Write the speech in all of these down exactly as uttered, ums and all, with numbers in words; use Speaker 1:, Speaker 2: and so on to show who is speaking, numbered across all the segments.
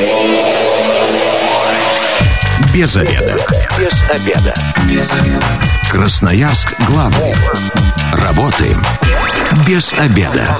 Speaker 1: Без обеда. Без обеда. Без обеда. Красноярск главный. Работаем без обеда.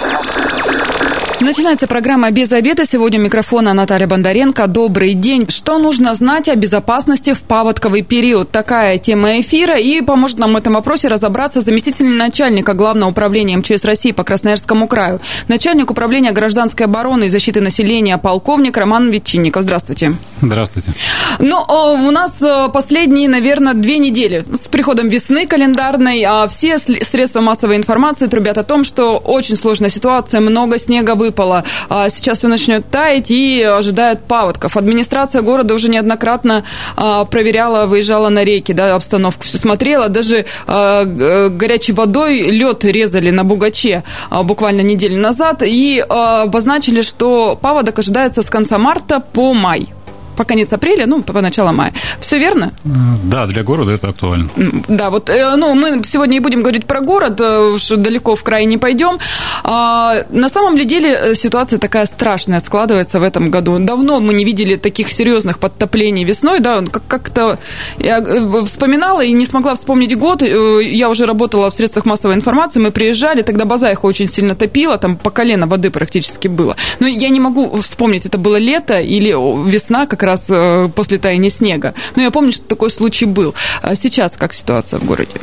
Speaker 2: Начинается программа «Без обеда». Сегодня у микрофона Наталья Бондаренко. Добрый день. Что нужно знать о безопасности в паводковый период? Такая тема эфира. И поможет нам в этом вопросе разобраться заместитель начальника Главного управления эм че эс России по Красноярскому краю, начальник управления гражданской обороны и защиты населения, полковник Роман Ветчинников. Здравствуйте.
Speaker 3: Здравствуйте.
Speaker 2: Ну, у нас последние, наверное, две недели с приходом весны календарной, а все средства массовой информации трубят о том, что очень сложная ситуация, много снега выпало. Сейчас все начнет таять и ожидают паводков. Администрация города уже неоднократно проверяла, выезжала на реки, да, обстановку все смотрела. Даже горячей водой лед резали на Бугаче буквально неделю назад и обозначили, что паводок ожидается с конца марта по май. По конец апреля, ну, по начало мая. Все верно?
Speaker 3: Да, для города это актуально.
Speaker 2: Да, вот, ну, мы сегодня и будем говорить про город, уж далеко в край не пойдем. А, на самом деле ситуация такая страшная складывается в этом году. Давно мы не видели таких серьезных подтоплений весной, да, как-то я вспоминала и не смогла вспомнить год. Я уже работала в средствах массовой информации, мы приезжали, тогда Базаиха очень сильно топило, там по колено воды практически было. Но я не могу вспомнить, это было лето или весна, как раз после таяния снега. Но я помню, что такой случай был. А сейчас как ситуация в городе?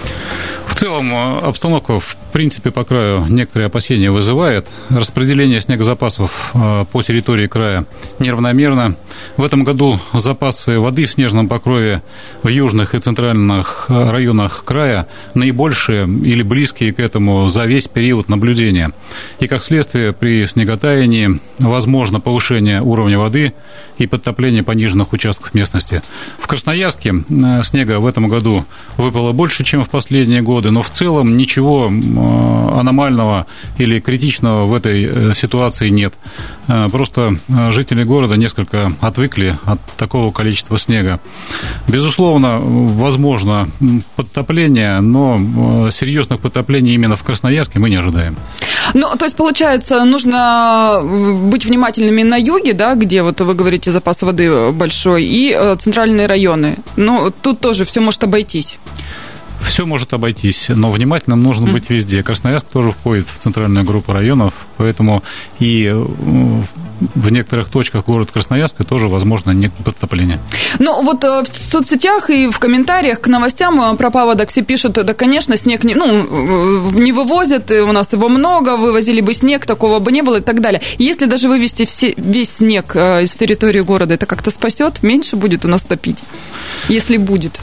Speaker 3: В целом обстановка, в принципе, по краю некоторые опасения вызывает. Распределение снегозапасов по территории края неравномерно. В этом году запасы воды в снежном покрове в южных и центральных районах края наибольшие или близкие к этому за весь период наблюдения. И, как следствие, при снеготаянии возможно повышение уровня воды и подтопление пониженных участков местности. В Красноярске снега в этом году выпало больше, чем в последние годы, но в целом ничего аномального или критичного в этой ситуации нет. Просто жители города несколько отвыкли от такого количества снега. Безусловно, возможно подтопление, но серьезных подтоплений именно в Красноярске мы не ожидаем.
Speaker 2: Ну, то есть, получается, нужно быть внимательными на юге, да, где, вот вы говорите, запас воды большой, и центральные районы. Ну, тут тоже все может обойтись.
Speaker 3: Все может обойтись, но внимательным нужно быть везде. Красноярск тоже входит в центральную группу районов, поэтому и в некоторых точках города Красноярска тоже возможно подтопление.
Speaker 2: Ну, вот в соцсетях и в комментариях к новостям про паводок все пишут, да, конечно, снег не, ну, не вывозят, у нас его много, вывозили бы снег, такого бы не было и так далее. Если даже вывести все, весь снег из территории города, это как-то спасет? Меньше будет у нас топить, если будет?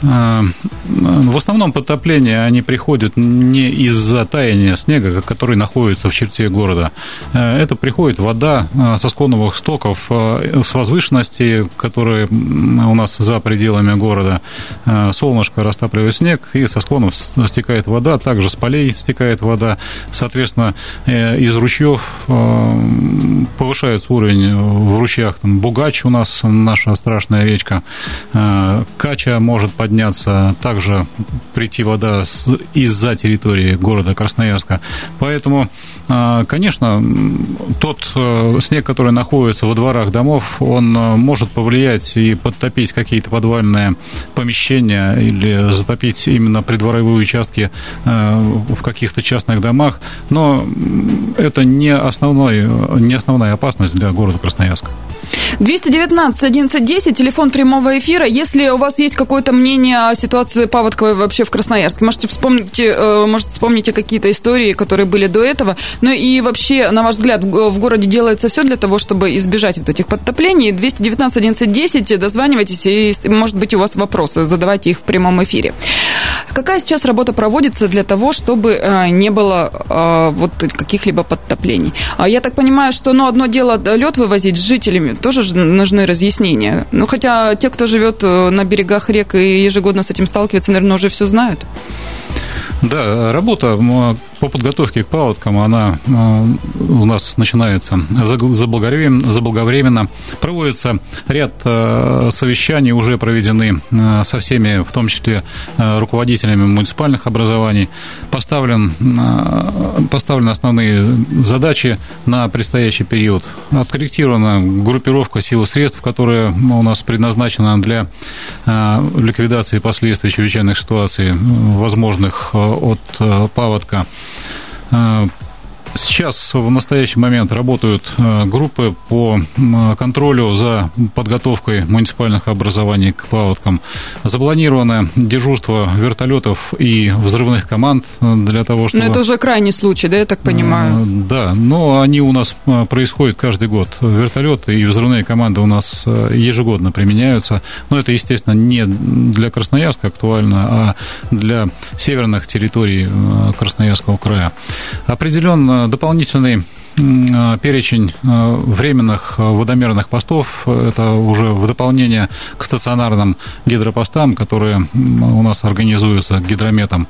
Speaker 3: В основном подтопления, они приходят не из-за таяния снега, который находится в черте города. Это приходит вода со склонов стоков с возвышенности, которые у нас за пределами города. Солнышко растапливает снег, и со склонов стекает вода, также с полей стекает вода. Соответственно, из ручьев повышается уровень в ручьях. Там Бугач у нас, наша страшная речка. Кача может подняться, также прийти вода из-за территории города Красноярска. Поэтому, конечно, тот снег, который находится во дворах домов, он может повлиять и подтопить какие-то подвальные помещения или затопить именно придворовые участки в каких-то частных домах, но это не, основной, не основная опасность для города Красноярска.
Speaker 2: двести девятнадцать одиннадцать десять, телефон прямого эфира. Если у вас есть какое-то мнение о ситуации паводковой вообще в Красноярске, можете вспомнить, может, вспомните какие-то истории, которые были до этого. Ну и вообще, на ваш взгляд, в городе делается все для того, чтобы избежать вот этих подтоплений. двести девятнадцать одиннадцать десять, дозванивайтесь, и, может быть, у вас вопросы, задавайте их в прямом эфире. Какая сейчас работа проводится для того, чтобы не было вот каких-либо подтоплений? Я так понимаю, что ну, одно дело лед вывозить с жителями, тоже нужны разъяснения. Ну, хотя те, кто живет на берегах рек и ежегодно с этим сталкивается, наверное, уже все знают.
Speaker 3: Да, работа По подготовке к паводкам она у нас начинается заблаговременно. Проводится ряд совещаний, уже проведены со всеми, в том числе руководителями муниципальных образований. Поставлен, поставлены основные задачи на предстоящий период. Откорректирована группировка сил и средств, которая у нас предназначена для ликвидации последствий чрезвычайных ситуаций, возможных от паводка. Сейчас в настоящий момент работают группы по контролю за подготовкой муниципальных образований к паводкам. Запланировано дежурство вертолетов и взрывных команд для того, чтобы...
Speaker 2: Но это уже крайний случай, да, я так понимаю?
Speaker 3: Да, но они у нас происходят каждый год. Вертолеты и взрывные команды у нас ежегодно применяются. Но это, естественно, не для Красноярска актуально, а для северных территорий Красноярского края. Определенно дополнительный перечень временных водомерных постов. Это уже в дополнение к стационарным гидропостам, которые у нас организуются гидрометом.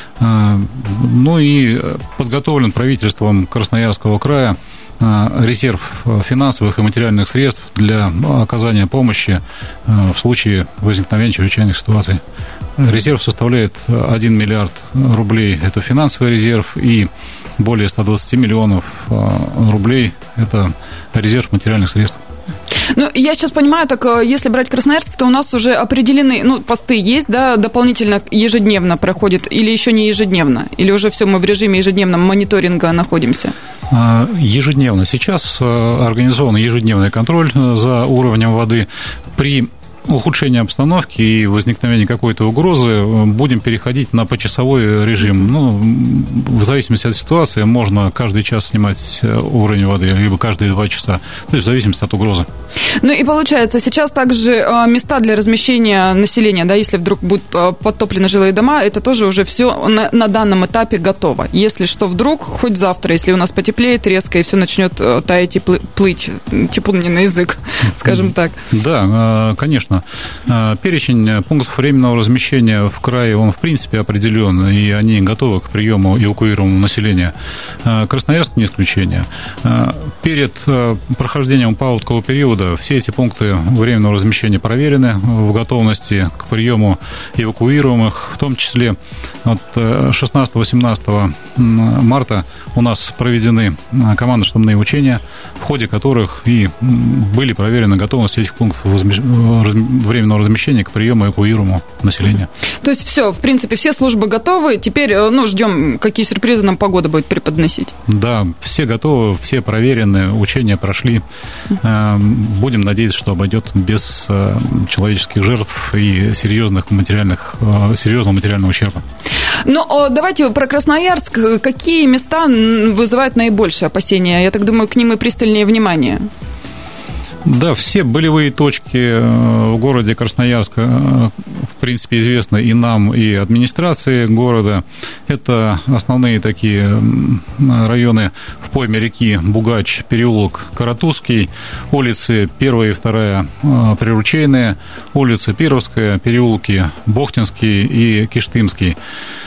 Speaker 3: Ну и подготовлен правительством Красноярского края резерв финансовых и материальных средств для оказания помощи в случае возникновения чрезвычайных ситуаций. Резерв составляет один миллиард рублей, это финансовый резерв, и более ста двадцати миллионов рублей – это резерв материальных средств.
Speaker 2: Ну, я сейчас понимаю, так если брать Красноярск, то у нас уже определены, ну, посты есть, да, дополнительно ежедневно проходит, или еще не ежедневно, или уже все, мы в режиме ежедневного мониторинга находимся?
Speaker 3: Ежедневно. Сейчас организован ежедневный контроль за уровнем воды. При ухудшение обстановки и возникновение какой-то угрозы будем переходить на почасовой режим. Ну, в зависимости от ситуации можно каждый час снимать уровень воды, либо каждые два часа, то есть в зависимости от угрозы.
Speaker 2: Ну и получается, сейчас также места для размещения населения, да, если вдруг будут подтоплены жилые дома, это тоже уже все на, на данном этапе готово. Если что вдруг, хоть завтра, если у нас потеплеет резко и все начнет таять и плыть, типун мне на язык, скажем так.
Speaker 3: Да, конечно. Перечень пунктов временного размещения в крае, он в принципе определен, и они готовы к приему эвакуируемого населения. Красноярск не исключение. Перед прохождением паводкового периода все эти пункты временного размещения проверены в готовности к приему эвакуируемых, в том числе от шестнадцатого-восемнадцатого марта у нас проведены командно-штабные учения, в ходе которых и были проверены готовность этих пунктов временного размещения к приему эвакуируемого населения.
Speaker 2: То есть все, в принципе, все службы готовы, теперь, ну, ждем, какие сюрпризы нам погода будет преподносить.
Speaker 3: Да, все готовы, все проверены, учения прошли. Будем надеяться, что обойдет без человеческих жертв и серьезных материальных, серьезного материального ущерба.
Speaker 2: Ну, давайте про Красноярск. Какие места вызывают наибольшее опасение? Я так думаю, к ним и пристальнее внимание.
Speaker 3: Да, все болевые точки в городе Красноярска, в принципе, известны и нам, и администрации города. Это основные такие районы в пойме реки Бугач, переулок Каратузский, улицы первая и вторая Приручейная, улица Пировская, переулки Бохтинский и Киштымский.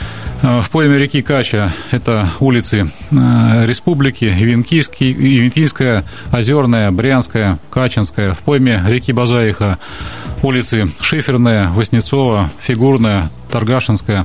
Speaker 3: В пойме реки Кача это улицы Республики, Ивенкийская, Озерная, Брянская, Качинская. В пойме реки Базаиха улицы Шиферная, Воснецова, Фигурная, Торгашинская.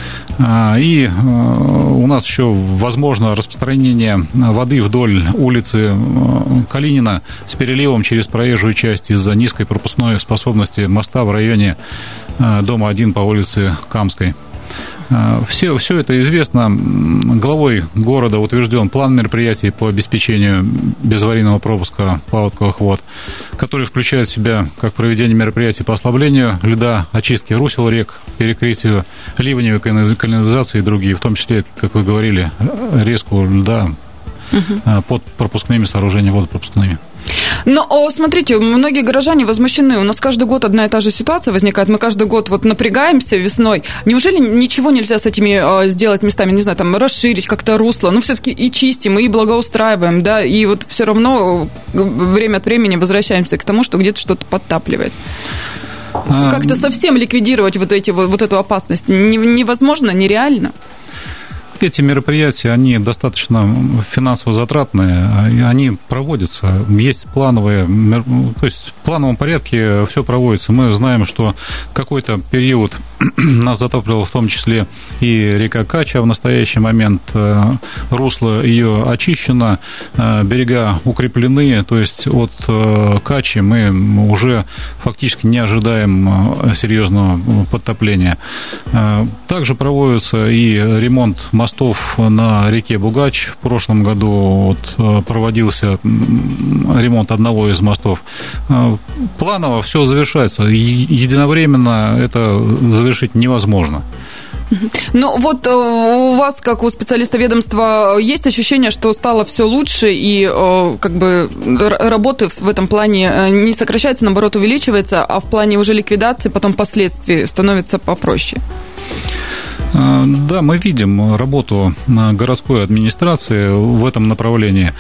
Speaker 3: И у нас еще возможно распространение воды вдоль улицы Калинина с переливом через проезжую часть из-за низкой пропускной способности моста в районе дома один по улице Камской. Все, все это известно. Главой города утвержден план мероприятий по обеспечению безаварийного пропуска паводковых вод, который включает в себя как проведение мероприятий по ослаблению льда, очистке русел рек, перекрытию ливневой канализации и другие, в том числе, как вы говорили, резку льда угу. под пропускными сооружениями, водопропускными.
Speaker 2: Но, смотрите, многие горожане возмущены. У нас каждый год одна и та же ситуация возникает. Мы каждый год вот напрягаемся весной. Неужели ничего нельзя с этими сделать местами, не знаю, там, расширить как-то русло? Ну, все-таки и чистим, и благоустраиваем, да, и вот все равно время от времени возвращаемся к тому, что где-то что-то подтапливает. Как-то совсем ликвидировать вот, эти, вот эту опасность невозможно, нереально?
Speaker 3: эти мероприятия, они достаточно финансово затратные, они проводятся, есть плановые, то есть в плановом порядке все проводится. Мы знаем, что какой-то период нас затапливала в том числе и река Кача в настоящий момент, русло ее очищено, берега укреплены, то есть от Качи мы уже фактически не ожидаем серьезного подтопления. Также проводится и ремонт мостов на реке Бугач. В прошлом году вот проводился ремонт одного из мостов. Планово все завершается. Единовременно это завершить невозможно.
Speaker 2: Ну, вот у вас, как у специалиста ведомства, есть ощущение, что стало все лучше, и как бы работы в этом плане не сокращается, наоборот, увеличивается, а в плане уже ликвидации, потом последствий становится попроще?
Speaker 3: Да, мы видим работу городской администрации в этом направлении.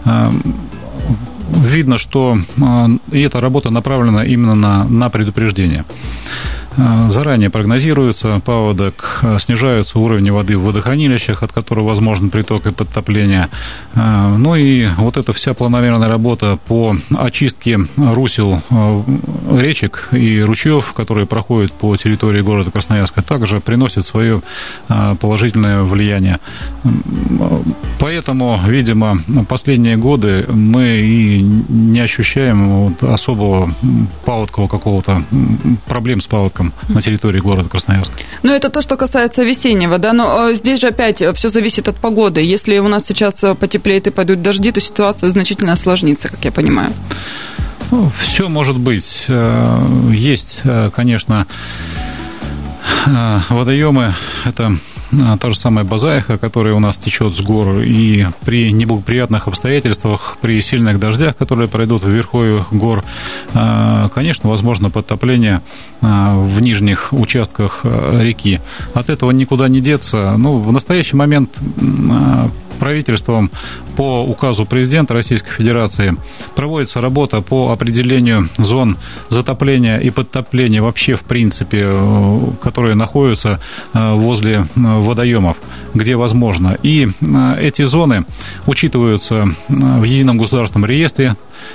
Speaker 3: Видно, что и эта работа направлена именно на, на предупреждение. Заранее прогнозируется паводок, снижаются уровни воды в водохранилищах, от которого возможен приток и подтопление. Ну и вот эта вся планомерная работа по очистке русел речек и ручьев, которые проходят по территории города Красноярска, также приносит свое положительное влияние. Поэтому, видимо, последние годы мы и не ощущаем особого паводкового какого-то проблем с паводком на территории города Красноярска.
Speaker 2: Ну, это то, что касается весеннего, да, но здесь же опять все зависит от погоды. Если у нас сейчас потеплеет и пойдут дожди, то ситуация значительно осложнится, как я понимаю.
Speaker 3: Все может быть. Есть, конечно, водоемы, это та же самая Базаиха, которая у нас течет с гор, и при неблагоприятных обстоятельствах, при сильных дождях, которые пройдут в верховьях гор, конечно, возможно подтопление в нижних участках реки. От этого никуда не деться. Ну, в настоящий момент правительством по указу президента Российской Федерации проводится работа по определению зон затопления и подтопления вообще, в принципе, которые находятся возле водоемов, где возможно. И эти зоны учитываются в едином государственном реестре,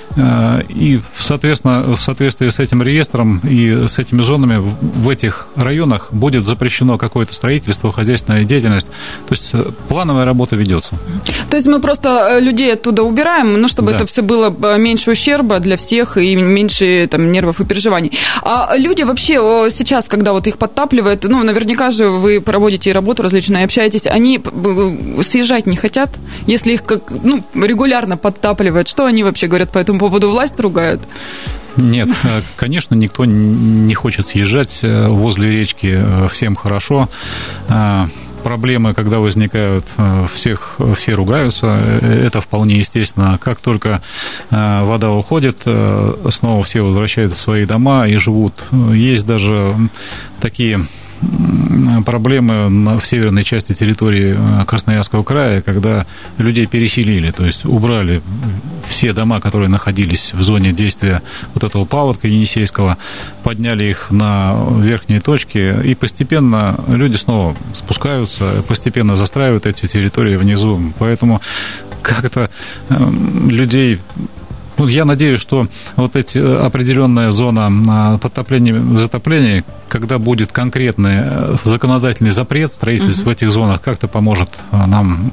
Speaker 3: и, соответственно, в соответствии с этим реестром и с этими зонами в этих районах будет запрещено какое-то строительство, хозяйственная деятельность. То есть плановая работа ведется. То есть мы просто людей оттуда убираем, ну, чтобы да. это все было меньше ущерба для всех и меньше там нервов и переживаний. А люди вообще сейчас, когда вот их подтапливает, ну, наверняка же вы проводите и работу различную, и общаетесь, они съезжать не хотят, если их как, ну, регулярно подтапливает, что они вообще говорят по этому поводу, власть ругают? Нет, конечно, никто не хочет съезжать возле речки, всем хорошо. Проблемы, когда возникают, всех, все ругаются, это вполне естественно. Как только вода уходит, снова все возвращаются в свои дома и живут. Есть даже такие проблемы в северной части территории Красноярского края, когда людей переселили, то есть убрали все дома, которые находились в зоне действия вот этого паводка енисейского, подняли их на верхние точки, и постепенно люди снова спускаются, постепенно застраивают эти территории внизу. Поэтому как-то людей... Ну, я надеюсь, что вот эти определенная зона подтопления, затопления, когда будет конкретный законодательный запрет строительства uh-huh. в этих зонах, как-то поможет нам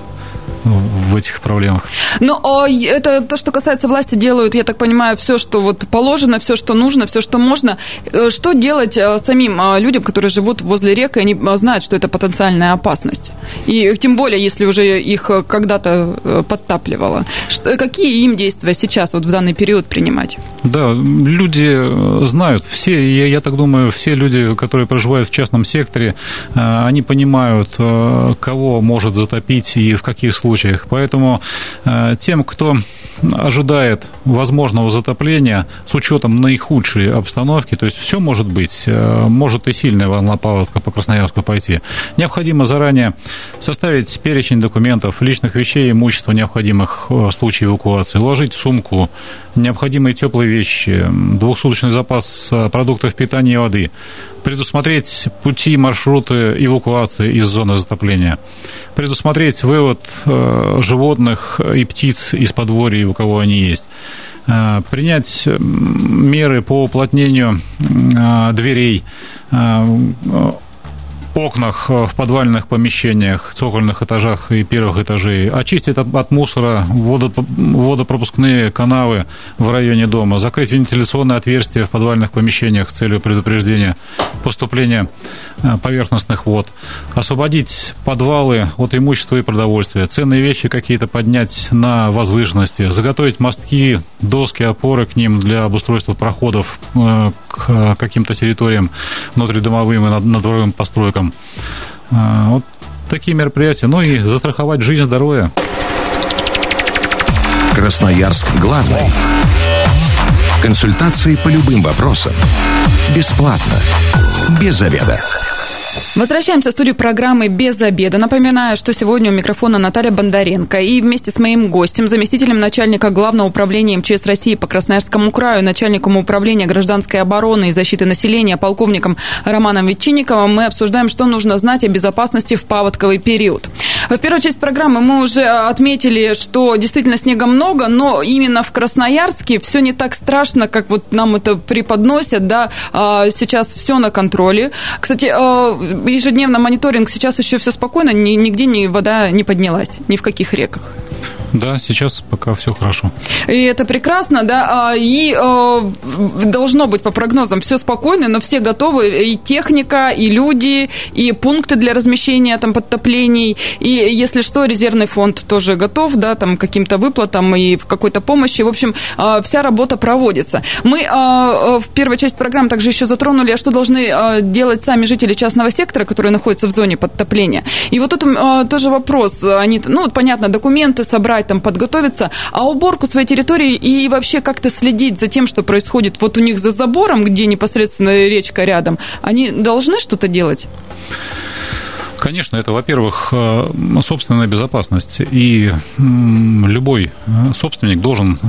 Speaker 3: в этих проблемах.
Speaker 2: Но это то, что касается власти, делают, я так понимаю, все, что вот положено, все, что нужно, все, что можно. Что делать самим людям, которые живут возле рек, и они знают, что это потенциальная опасность? И тем более, если уже их когда-то подтапливало. Что, какие им действия сейчас, вот в данный период принимать?
Speaker 3: Да, люди знают, все, я, я так думаю, все люди, которые проживают в частном секторе, они понимают, кого может затопить и в каких случаях. Поэтому тем, кто ожидает возможного затопления с учетом наихудшей обстановки, то есть все может быть, может и сильная волна паводка по Красноярску пойти, необходимо заранее составить перечень документов, личных вещей, имущества, необходимых в случае эвакуации, ложить в сумку необходимые теплые вещи, двухсуточный запас продуктов питания и воды, предусмотреть пути, маршруты эвакуации из зоны затопления, предусмотреть вывод животных и птиц из подворья, у кого они есть, принять меры по уплотнению дверей, окнах в подвальных помещениях, цокольных этажах и первых этажей, очистить от, от мусора водопропускные канавы в районе дома, закрыть вентиляционные отверстия в подвальных помещениях с целью предупреждения поступления поверхностных вод, освободить подвалы от имущества и продовольствия, ценные вещи какие-то поднять на возвышенности, заготовить мостки, доски, опоры к ним для обустройства проходов к каким-то территориям внутридомовым и надворовым постройкам. Вот такие мероприятия. Ну и застраховать жизнь, здоровье.
Speaker 1: Красноярск главный. Консультации по любым вопросам. Бесплатно. Без заведа.
Speaker 2: Возвращаемся в студию программы «Без обеда». Напоминаю, что сегодня у микрофона Наталья Бондаренко. И вместе с моим гостем, заместителем начальника Главного управления эм че эс России по Красноярскому краю, начальником управления гражданской обороны и защиты населения, полковником Романом Ветчинниковым, мы обсуждаем, что нужно знать о безопасности в паводковый период. В первой части программы мы уже отметили, что действительно снега много, но именно в Красноярске все не так страшно, как вот нам это преподносят, да, сейчас все на контроле. Кстати, ежедневно мониторинг, сейчас еще все спокойно, нигде ни вода не поднялась, ни в каких реках.
Speaker 3: Да, сейчас пока все хорошо.
Speaker 2: И это прекрасно, да, и э, должно быть по прогнозам все спокойно, но все готовы, и техника, и люди, и пункты для размещения там подтоплений, и если что, резервный фонд тоже готов, да, там каким-то выплатам и в какой-то помощи, в общем, э, вся работа проводится. Мы э, в первой части программы также еще затронули, а что должны э, делать сами жители частного сектора, которые находятся в зоне подтопления. И вот тут э, тоже вопрос, они, ну, вот понятно, документы собрать, там подготовиться, а уборку своей территории и вообще как-то следить за тем, что происходит вот у них за забором, где непосредственно речка рядом, они должны что-то делать?
Speaker 3: Конечно, это, во-первых, собственная безопасность, и любой собственник должен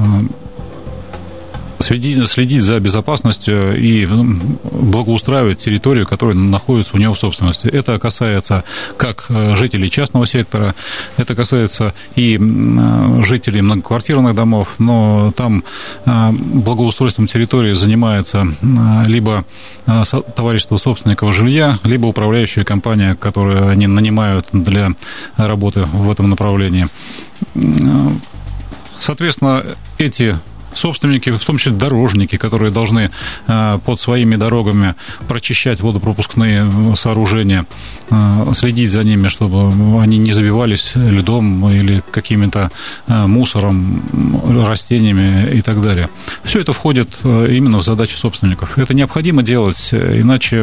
Speaker 3: следить за безопасностью и благоустраивать территорию, которая находится у него в собственности. Это касается как жителей частного сектора, это касается и жителей многоквартирных домов, но там благоустройством территории занимается либо товарищество собственников жилья, либо управляющая компания, которую они нанимают для работы в этом направлении. Соответственно, эти собственники, в том числе дорожники, которые должны под своими дорогами прочищать водопропускные сооружения, следить за ними, чтобы они не забивались льдом или какими-то мусором, растениями и так далее. Все это входит именно в задачи собственников. Это необходимо делать, иначе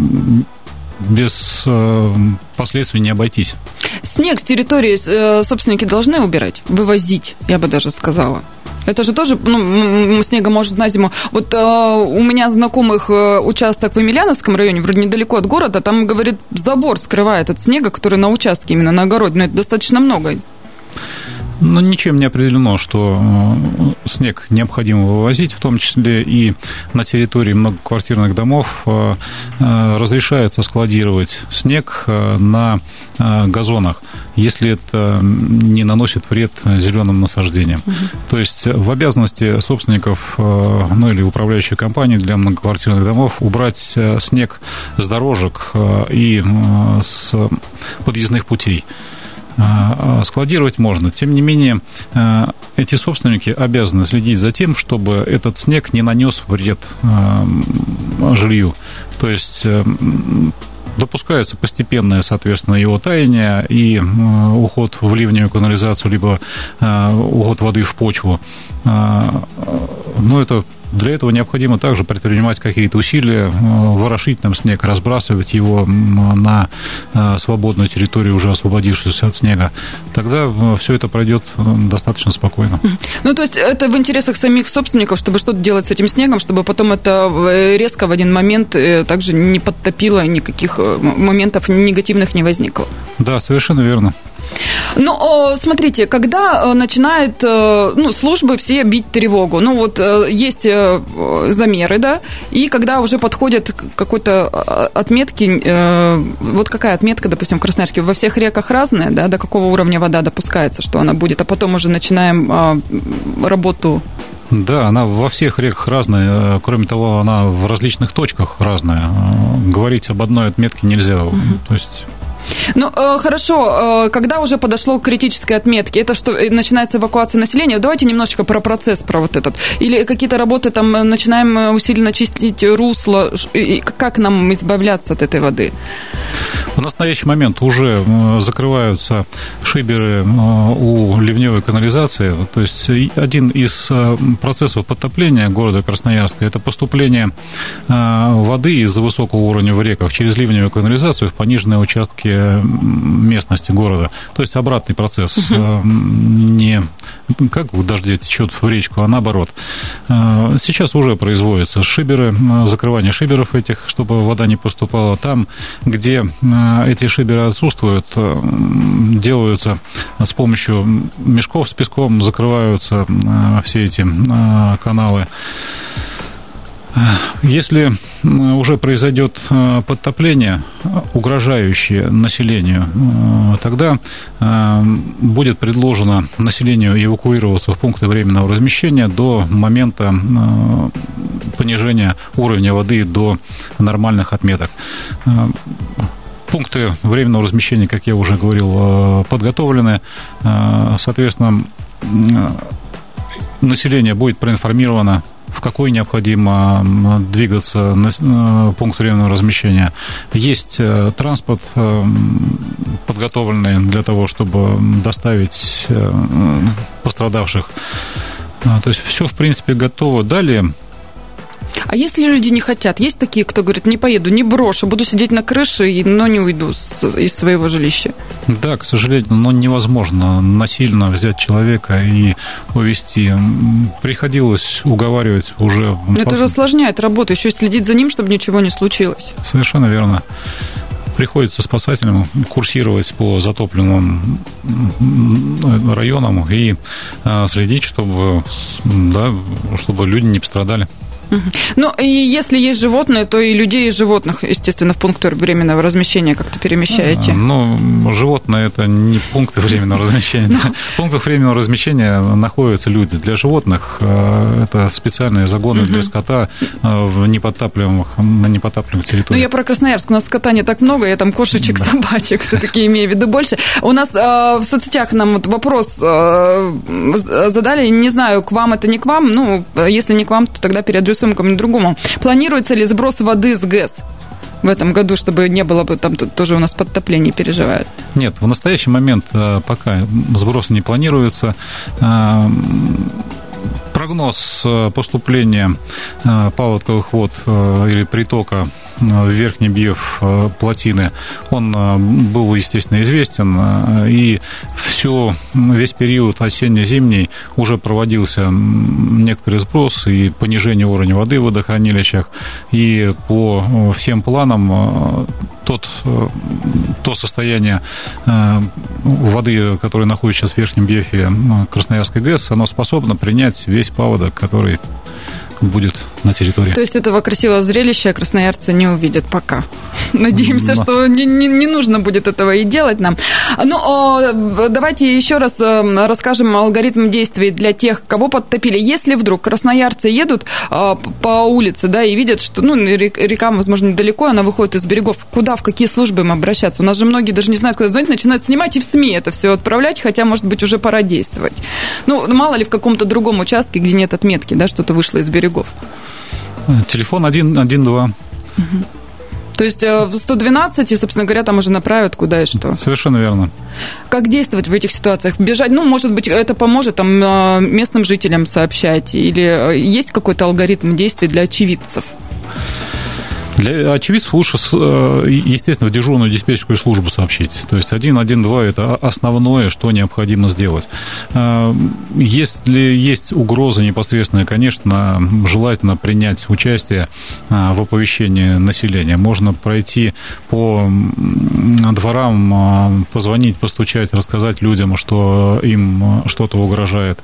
Speaker 3: без последствий не обойтись.
Speaker 2: Снег с территории собственники должны убирать, вывозить, я бы даже сказала. Это же тоже, ну, снега может на зиму. Вот э, у меня знакомых э, участок в Емельяновском районе, вроде недалеко от города, там, говорит, забор скрывает от снега, который на участке, именно на огороде, но это достаточно много.
Speaker 3: Ну, ничем не определено, что снег необходимо вывозить, в том числе и на территории многоквартирных домов разрешается складировать снег на газонах, если это не наносит вред зеленым насаждениям. Угу. То есть в обязанности собственников, ну или управляющей компании для многоквартирных домов убрать снег с дорожек и с подъездных путей. Складировать можно. Тем не менее, эти собственники обязаны следить за тем, чтобы этот снег не нанес вред жилью. То есть допускается постепенное, соответственно, его таяние и уход в ливневую канализацию, либо уход воды в почву. Но это для этого необходимо также предпринимать какие-то усилия, ворошить там снег, разбрасывать его на свободную территорию, уже освободившуюся от снега. Тогда все это пройдет достаточно спокойно.
Speaker 2: Ну, то есть это в интересах самих собственников, чтобы что-то делать с этим снегом, чтобы потом это резко в один момент также не подтопило, никаких моментов негативных не возникло.
Speaker 3: Да, совершенно верно.
Speaker 2: Ну, смотрите, когда начинает, ну, службы все бить тревогу, ну, вот есть замеры, да, и когда уже подходят к какой-то отметке, вот какая отметка, допустим, в Красноярске, во всех реках разная, да, до какого уровня вода допускается, что она будет, а потом уже начинаем работу.
Speaker 3: Да, она во всех реках разная, кроме того, она в различных точках разная. Говорить об одной отметке нельзя, угу. То есть...
Speaker 2: Ну, хорошо, когда уже подошло к критической отметке, это что, начинается эвакуация населения? Давайте немножечко про процесс, про вот этот. Или какие-то работы, там, начинаем усиленно чистить русло, как нам избавляться от этой воды?
Speaker 3: В настоящий момент уже закрываются шиберы у ливневой канализации. То есть один из процессов подтопления города Красноярска – это поступление воды из-за высокого уровня в реках через ливневую канализацию в пониженные участки местности города. То есть обратный процесс. Uh-huh. Не как дождь течет в речку, а наоборот. Сейчас уже производятся шиберы, закрывание шиберов этих, чтобы вода не поступала. Там, где эти шиберы отсутствуют, делаются с помощью мешков с песком, закрываются все эти каналы. Если уже произойдет подтопление, угрожающее населению, тогда будет предложено населению эвакуироваться в пункты временного размещения до момента понижения уровня воды до нормальных отметок. Пункты временного размещения, как я уже говорил, подготовлены. Соответственно, население будет проинформировано, в какой необходимо двигаться на пункт временного размещения. Есть транспорт, подготовленный для того, чтобы доставить пострадавших. То есть все, в принципе, готово. Далее...
Speaker 2: А если люди не хотят? Есть такие, кто говорит, не поеду, не брошу, буду сидеть на крыше, но не уйду из своего жилища?
Speaker 3: Да, к сожалению, но невозможно насильно взять человека и увезти. Приходилось уговаривать уже...
Speaker 2: Но это же осложняет работу, еще следить за ним, чтобы ничего не случилось.
Speaker 3: Совершенно верно. Приходится спасателям курсировать по затопленным районам и следить, чтобы, да, чтобы люди не пострадали.
Speaker 2: Ну, и если есть животные, то и людей, и животных, естественно, в пункты временного размещения как-то перемещаете.
Speaker 3: Ну, животные – это не пункты временного размещения. В пунктах временного размещения находятся люди. Для животных это специальные загоны для скота в неподтапливаемых, на неподтапливаемых территориях.
Speaker 2: Ну, я про Красноярск. У нас скота не так много, я там кошечек, да. собачек все-таки имею в виду больше. У нас в соцсетях нам вот вопрос задали, не знаю, к вам это, не к вам, ну, если не к вам, то тогда переадресуем кому-нибудь другому. Планируется ли сброс воды с ГЭС в этом году, чтобы не было бы, там тоже у нас подтопление переживают?
Speaker 3: Нет, в настоящий момент пока сбросы не планируется. Прогноз поступления паводковых вод или притока в Верхний Биев плотины, он был, естественно, известен, и все, весь период осенне-зимний уже проводился некоторый сброс и понижение уровня воды в водохранилищах, и по всем планам тот, то состояние воды, которое находится сейчас в Верхнем Биефе Красноярской ГЭС, оно способно принять весь паводок, который будет на территории.
Speaker 2: То есть этого красивого зрелища красноярцы не увидят пока. Надеемся, да. что не, не, не нужно будет этого и делать нам. Ну, давайте еще раз расскажем алгоритм действий для тех, кого подтопили. Если вдруг красноярцы едут по улице, да, и видят, что, ну, река, возможно, недалеко, она выходит из берегов, куда, в какие службы им обращаться? У нас же многие даже не знают, куда звонить, начинают снимать и в СМИ это все отправлять, хотя, может быть, уже пора действовать. Ну, мало ли в каком-то другом участке, где нет отметки, да, что-то вышло из берегов.
Speaker 3: Телефон один один два.
Speaker 2: Угу. То есть в сто двенадцать, и, собственно говоря, там уже направят куда и что.
Speaker 3: Совершенно верно.
Speaker 2: Как действовать в этих ситуациях? Бежать, ну, может быть, это поможет там местным жителям сообщать? Или есть какой-то алгоритм действий для очевидцев?
Speaker 3: Для очевидцев лучше, естественно, в дежурную диспетчерскую службу сообщить. То есть один один два – это основное, что необходимо сделать. Если есть угроза непосредственная, конечно, желательно принять участие в оповещении населения. Можно пройти по дворам, позвонить, постучать, рассказать людям, что им что-то угрожает.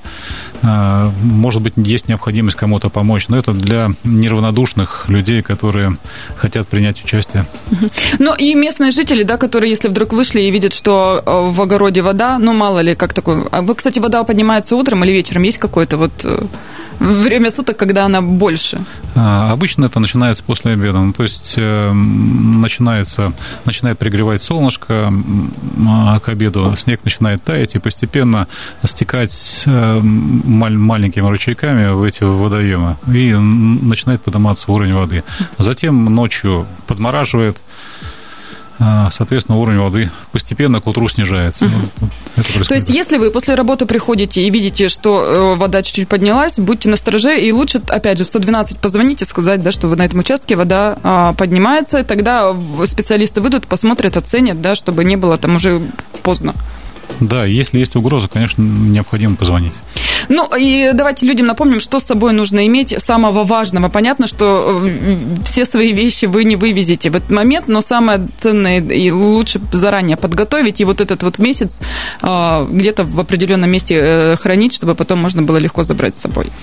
Speaker 3: Может быть, есть необходимость кому-то помочь, но это для неравнодушных людей, которые хотят принять участие.
Speaker 2: Ну и местные жители, да, которые, если вдруг вышли и видят, что в огороде вода, ну мало ли, как такое. А вы, кстати, вода поднимается утром или вечером? Есть какое-то вот время суток, когда она больше?
Speaker 3: Обычно это начинается после обеда. Ну, то есть начинается, начинает пригревать солнышко к обеду, снег начинает таять и постепенно стекать маленькими ручейками в эти водоемы, и начинает подниматься уровень воды. Затем ночью подмораживает, соответственно, уровень воды постепенно к утру снижается.
Speaker 2: Uh-huh. То есть, если вы после работы приходите и видите, что вода чуть-чуть поднялась, будьте настороже, и лучше, опять же, в сто двенадцать позвоните, сказать, да, что на этом участке вода поднимается, и тогда специалисты выйдут, посмотрят, оценят, да, чтобы не было там уже поздно.
Speaker 3: Да, если есть угроза, конечно, необходимо позвонить.
Speaker 2: Ну, и давайте людям напомним, что с собой нужно иметь самого важного. Понятно, что все свои вещи вы не вывезете в этот момент, но самое ценное и лучше заранее подготовить, и вот этот вот месяц где-то в определенном месте хранить, чтобы потом можно было легко забрать с собой.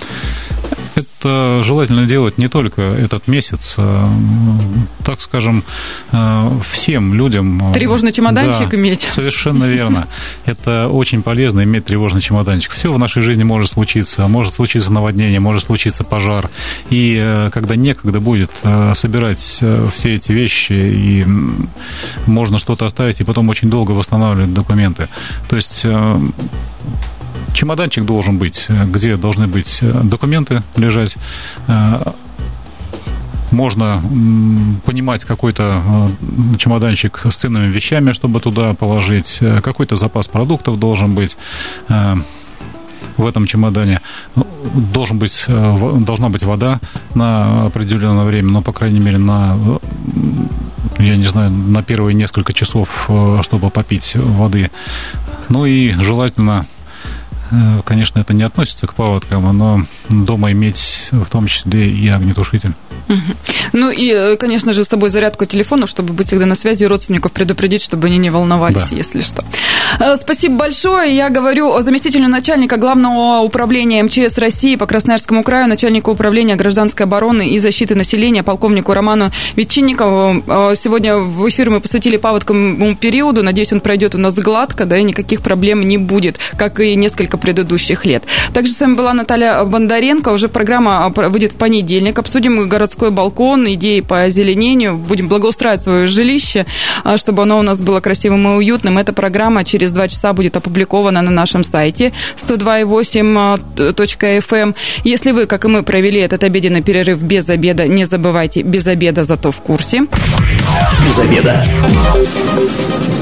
Speaker 3: Это желательно делать не только этот месяц, так скажем, всем людям.
Speaker 2: Тревожный чемоданчик
Speaker 3: да,
Speaker 2: иметь.
Speaker 3: Совершенно верно. Это очень полезно иметь тревожный чемоданчик. Все в нашей жизни может случиться. Может случиться наводнение, может случиться пожар. И когда некогда будет собирать все эти вещи, и можно что-то оставить, и потом очень долго восстанавливать документы. То есть чемоданчик должен быть, где должны быть документы лежать. Можно понимать какой-то чемоданчик с ценными вещами, чтобы туда положить. Какой-то запас продуктов должен быть в этом чемодане. Должен быть, должна быть вода на определенное время, но, по крайней мере, на, я не знаю, на первые несколько часов, чтобы попить воды. Ну и желательно, конечно, это не относится к паводкам, но дома иметь в том числе и огнетушитель.
Speaker 2: Ну и, конечно же, с собой зарядку телефона, чтобы быть всегда на связи, и родственников предупредить, чтобы они не волновались, да, если что. Спасибо большое. Я говорю заместителю начальника Главного управления эм че эс России по Красноярскому краю, начальнику управления гражданской обороны и защиты населения, полковнику Роману Ветчинникову. Сегодня в эфир мы посвятили паводковому периоду. Надеюсь, он пройдет у нас гладко, да, и никаких проблем не будет, как и несколько предыдущих лет. Также с вами была Наталья Бондаренко. Уже программа выйдет в понедельник. Обсудим городской балкон, идеи по озеленению. Будем благоустраивать свое жилище, чтобы оно у нас было красивым и уютным. Эта программа через два часа будет опубликована на нашем сайте сто два и восемь точка эф эм. Если вы, как и мы, провели этот обеденный перерыв без обеда, не забывайте, без обеда, зато в курсе.
Speaker 1: Без обеда.